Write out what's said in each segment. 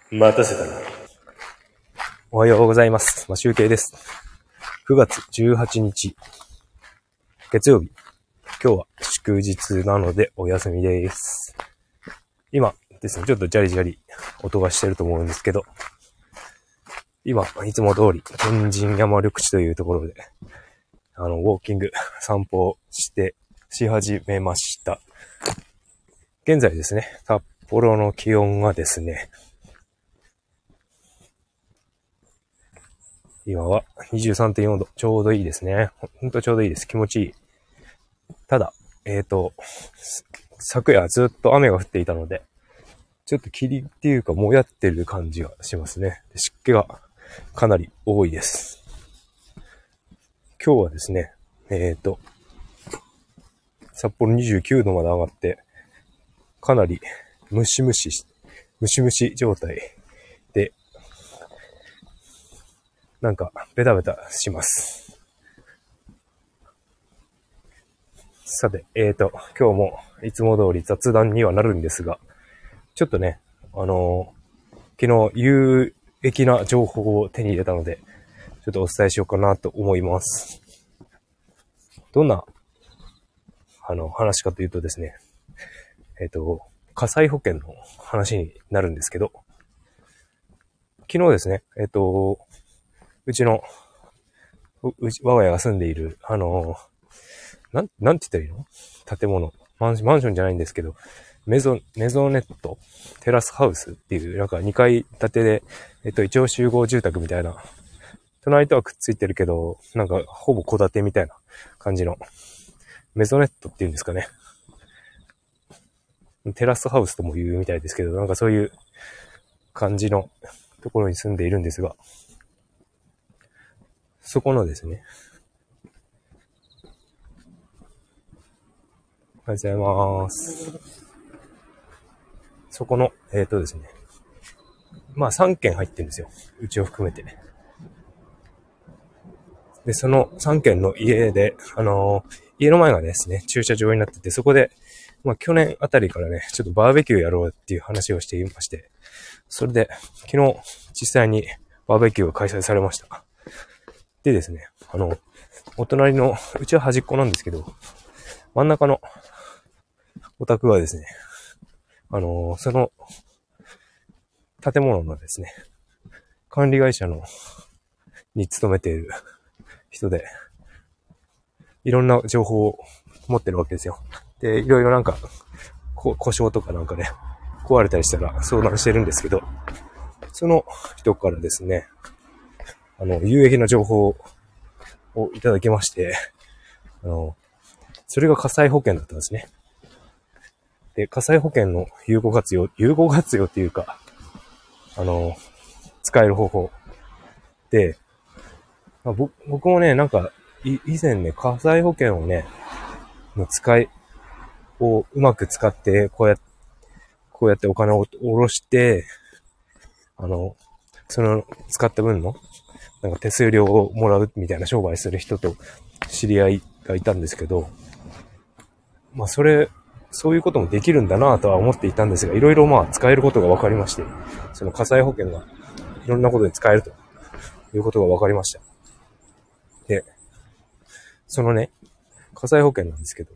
待たせたな。おはようございます。集計です。9月18日、月曜日。今日は祝日なのでお休みです。今ですね、ちょっとジャリジャリ音がしてると思うんですけど、今、いつも通り、天神山緑地というところで、ウォーキング、散歩し始めました。現在ですね、札幌の気温がですね、今は 23.4 度。ちょうどいいですね。ほんとちょうどいいです。気持ちいい。ただ、昨夜ずっと雨が降っていたので、ちょっと霧っていうかもやってる感じがしますね。湿気がかなり多いです。今日はですね、札幌29度まで上がって、かなりムシムシ状態で、なんかベタベタします。さて、今日もいつも通り雑談にはなるんですが、ちょっとね、昨日有益な情報を手に入れたので、ちょっとお伝えしようかなと思います。どんな、話かというとですね、火災保険の話になるんですけど、昨日ですね、我が家が住んでいる、なんて言ったらいいの？建物。マンションじゃないんですけど、メゾネットテラスハウスっていう、なんか2階建てで、一応集合住宅みたいな。隣とはくっついてるけど、なんかほぼ戸建てみたいな感じの、メゾネットっていうんですかね。テラスハウスとも言うみたいですけど、なんかそういう感じのところに住んでいるんですが、そこのですね、おはようございます。そこの、ですね、まあ3軒入ってるんですよ。うちを含めて。で、その3軒の家で、家の前がですね、駐車場になってて、そこで、まあ去年あたりからね、ちょっとバーベキューやろうっていう話をしていまして、それで、昨日実際にバーベキューが開催されました。でですね、お隣の、うちは端っこなんですけど、真ん中のお宅はですね、その建物のですね、管理会社に勤めている人で、いろんな情報を持ってるわけですよ。で、いろいろなんか、故障とかなんかね、壊れたりしたら相談してるんですけど、その人からですね、有益な情報をいただきまして、それが火災保険だったんですね。で、火災保険の有効活用っていうか、使える方法で、まあ、僕もね、なんか、以前ね、火災保険をね、をうまく使って、こうやってお金を下ろして、その使った分の、なんか手数料をもらうみたいな商売する人と知り合いがいたんですけど、まあそういうこともできるんだなとは思っていたんですが、いろいろまあ使えることが分かりまして、その火災保険がいろんなことで使えるということが分かりました。で、そのね、火災保険なんですけど、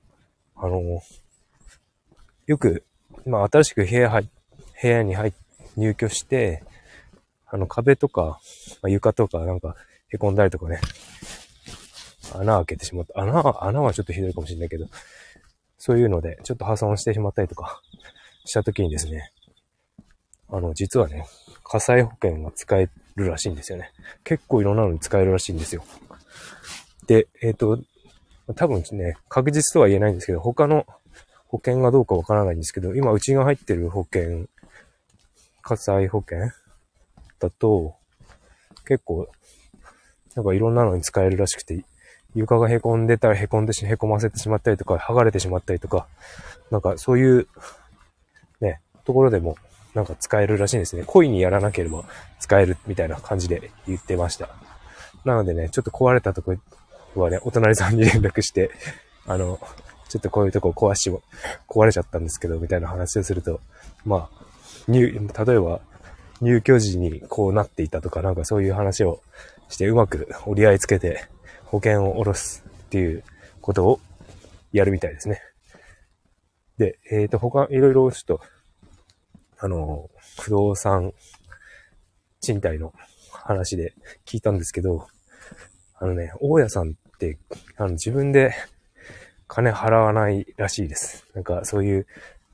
よく、まあ新しく部屋に入居して、壁とか、まあ、床とかなんか凹んだりとかね、穴開けてしまった。穴はちょっとひどいかもしれないけど、そういうのでちょっと破損してしまったりとかしたときにですね、実はね、火災保険が使えるらしいんですよね。結構いろんなのに使えるらしいんですよ。で、多分ね、確実とは言えないんですけど、他の保険がどうかわからないんですけど、今うちが入ってる火災保険だと、結構、なんかいろんなのに使えるらしくて、床が凹んでたら凹ませてしまったりとか、剥がれてしまったりとか、なんかそういう、ね、ところでも、なんか使えるらしいんですね。故意にやらなければ使えるみたいな感じで言ってました。なのでね、ちょっと壊れたとこはね、お隣さんに連絡して、ちょっとこういうとこ壊れちゃったんですけど、みたいな話をすると、まあ、例えば、 入居時にこうなっていたとか、なんかそういう話をしてうまく折り合いつけて保険を下ろすっていうことをやるみたいですね。で、他いろいろちょっと、不動産賃貸の話で聞いたんですけど、大家さんって、自分で金払わないらしいです。なんかそういう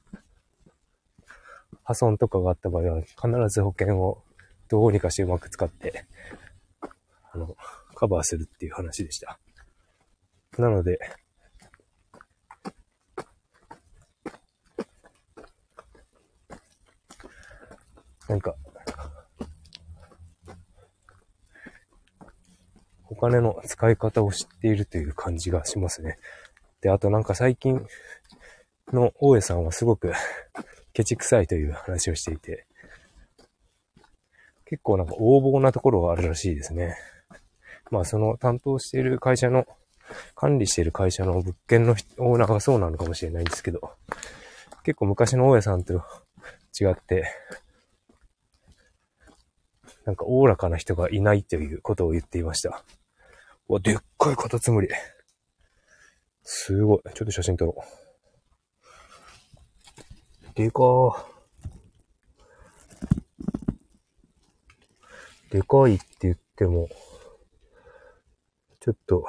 破損とかがあった場合は必ず保険をどうにかしてうまく使って、カバーするっていう話でした。なので、なんか、お金の使い方を知っているという感じがしますね。で、あとなんか最近の大家さんはすごくケチくさいという話をしていて、結構なんか横暴なところがあるらしいですね。まあその担当している会社の、管理している会社の物件のオーナーがそうなのかもしれないんですけど、結構昔の大家さんと違って、なんかおおらかな人がいないということを言っていました。うわ、でっかいカタツムリ。すごい。ちょっと写真撮ろう。でかー。でかいって言っても、ちょっと、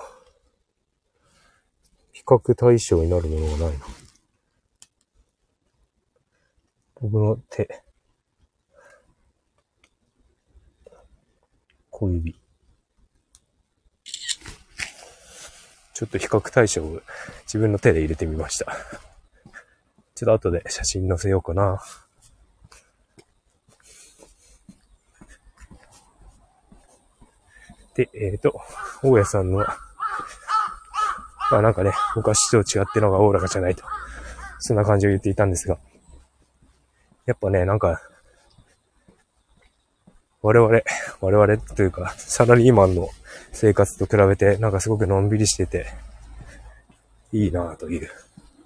比較対象になるものがないな。僕の手。小指。ちょっと比較対象を自分の手で入れてみました。ちょっと後で写真載せようかな。で、大家さんの、まあなんかね、昔と違ってのがおおらかじゃないと。そんな感じを言っていたんですが。やっぱね、なんか、我々というか、サラリーマンの生活と比べて、なんかすごくのんびりしてて、いいなぁという。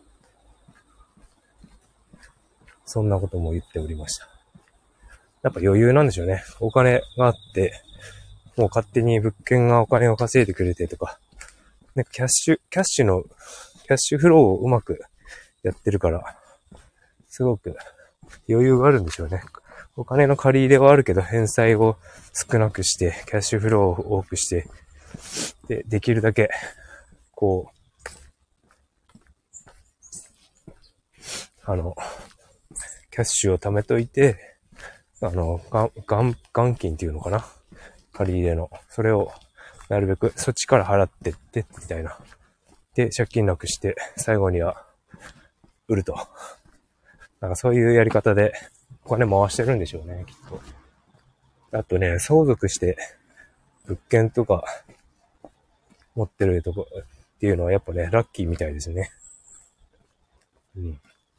そんなことも言っておりました。やっぱ余裕なんでしょうね。お金があって、もう勝手に物件がお金を稼いでくれてとか、なんかキャッシュフローをうまくやってるから、すごく余裕があるんでしょうね。お金の借り入れはあるけど、返済を少なくして、キャッシュフローを多くして、で、できるだけ、こう、キャッシュを貯めといて、元金っていうのかな、借り入れの。それを、なるべく、そっちから払ってって、みたいな。で、借金なくして、最後には、売ると。なんかそういうやり方で、お金回してるんでしょうね、きっと。あとね、相続して、物件とか、持ってるとこっていうのはやっぱね、ラッキーみたいですね。うん。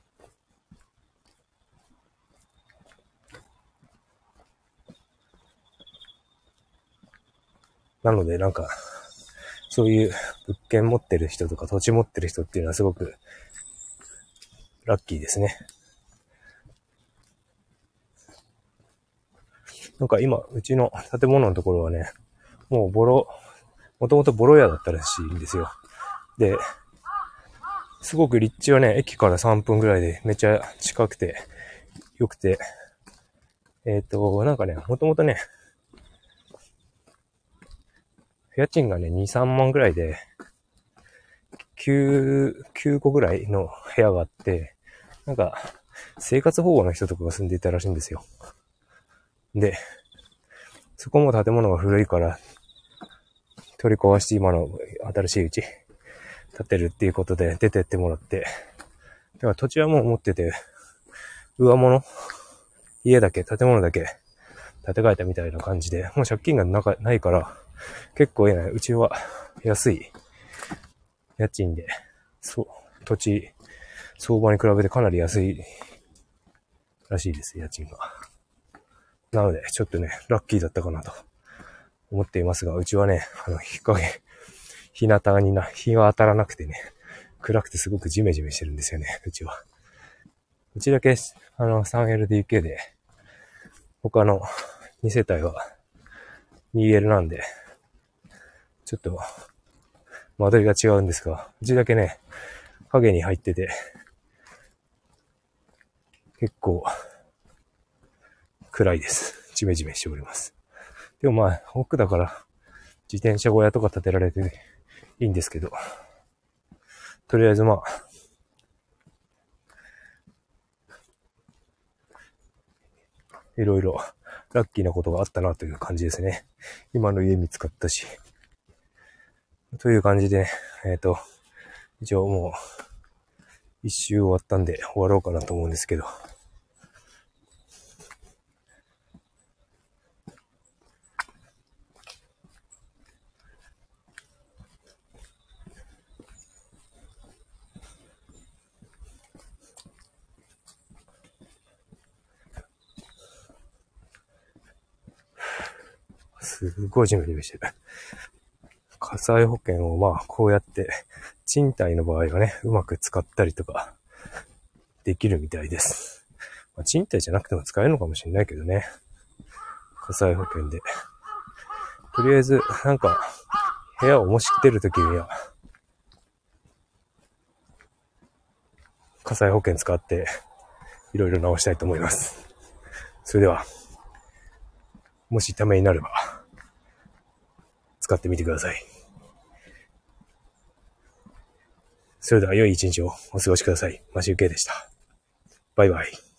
なのでなんか、そういう物件持ってる人とか土地持ってる人っていうのはすごくラッキーですね。なんか今、うちの建物のところはね、もともとボロ屋だったらしいんですよ。で、すごく立地はね、駅から3分ぐらいでめっちゃ近くて、良くて、なんかね、もともとね、家賃がね、2、3万ぐらいで、9個ぐらいの部屋があって、なんか、生活保護の人とかが住んでいたらしいんですよ。で、そこも建物が古いから、取り壊して今の新しいうち、建てるっていうことで出てってもらって、だから土地はもう持ってて、上物、家だけ、建物だけ建て替えたみたいな感じで、もう借金がないから、結構うちは安い家賃で、土地、相場に比べてかなり安いらしいです、家賃が。なので、ちょっとね、ラッキーだったかなと思っていますが、うちはね、日が当たらなくてね、暗くてすごくジメジメしてるんですよね、うちは。うちだけ、3LDK で、 他の2世帯は 2L なんで、ちょっと間取りが違うんですが、うちだけね、影に入ってて、結構暗いです。ジメジメしております。でもまあ、奥だから自転車小屋とか建てられて、ね、いいんですけど、とりあえずまあ、いろいろラッキーなことがあったなという感じですね。今の家見つかったし。という感じでね、一応もう一周終わったんで終わろうかなと思うんですけど。すごいジメジメしてる。火災保険をまあこうやって賃貸の場合はね、うまく使ったりとかできるみたいです。まあ、賃貸じゃなくても使えるのかもしれないけどね。火災保険で。とりあえずなんか部屋をもし出るときには火災保険使っていろいろ直したいと思います。それでは、もしためになれば使ってみてください。それでは良い一日をお過ごしください。マシュウケイでした。バイバイ。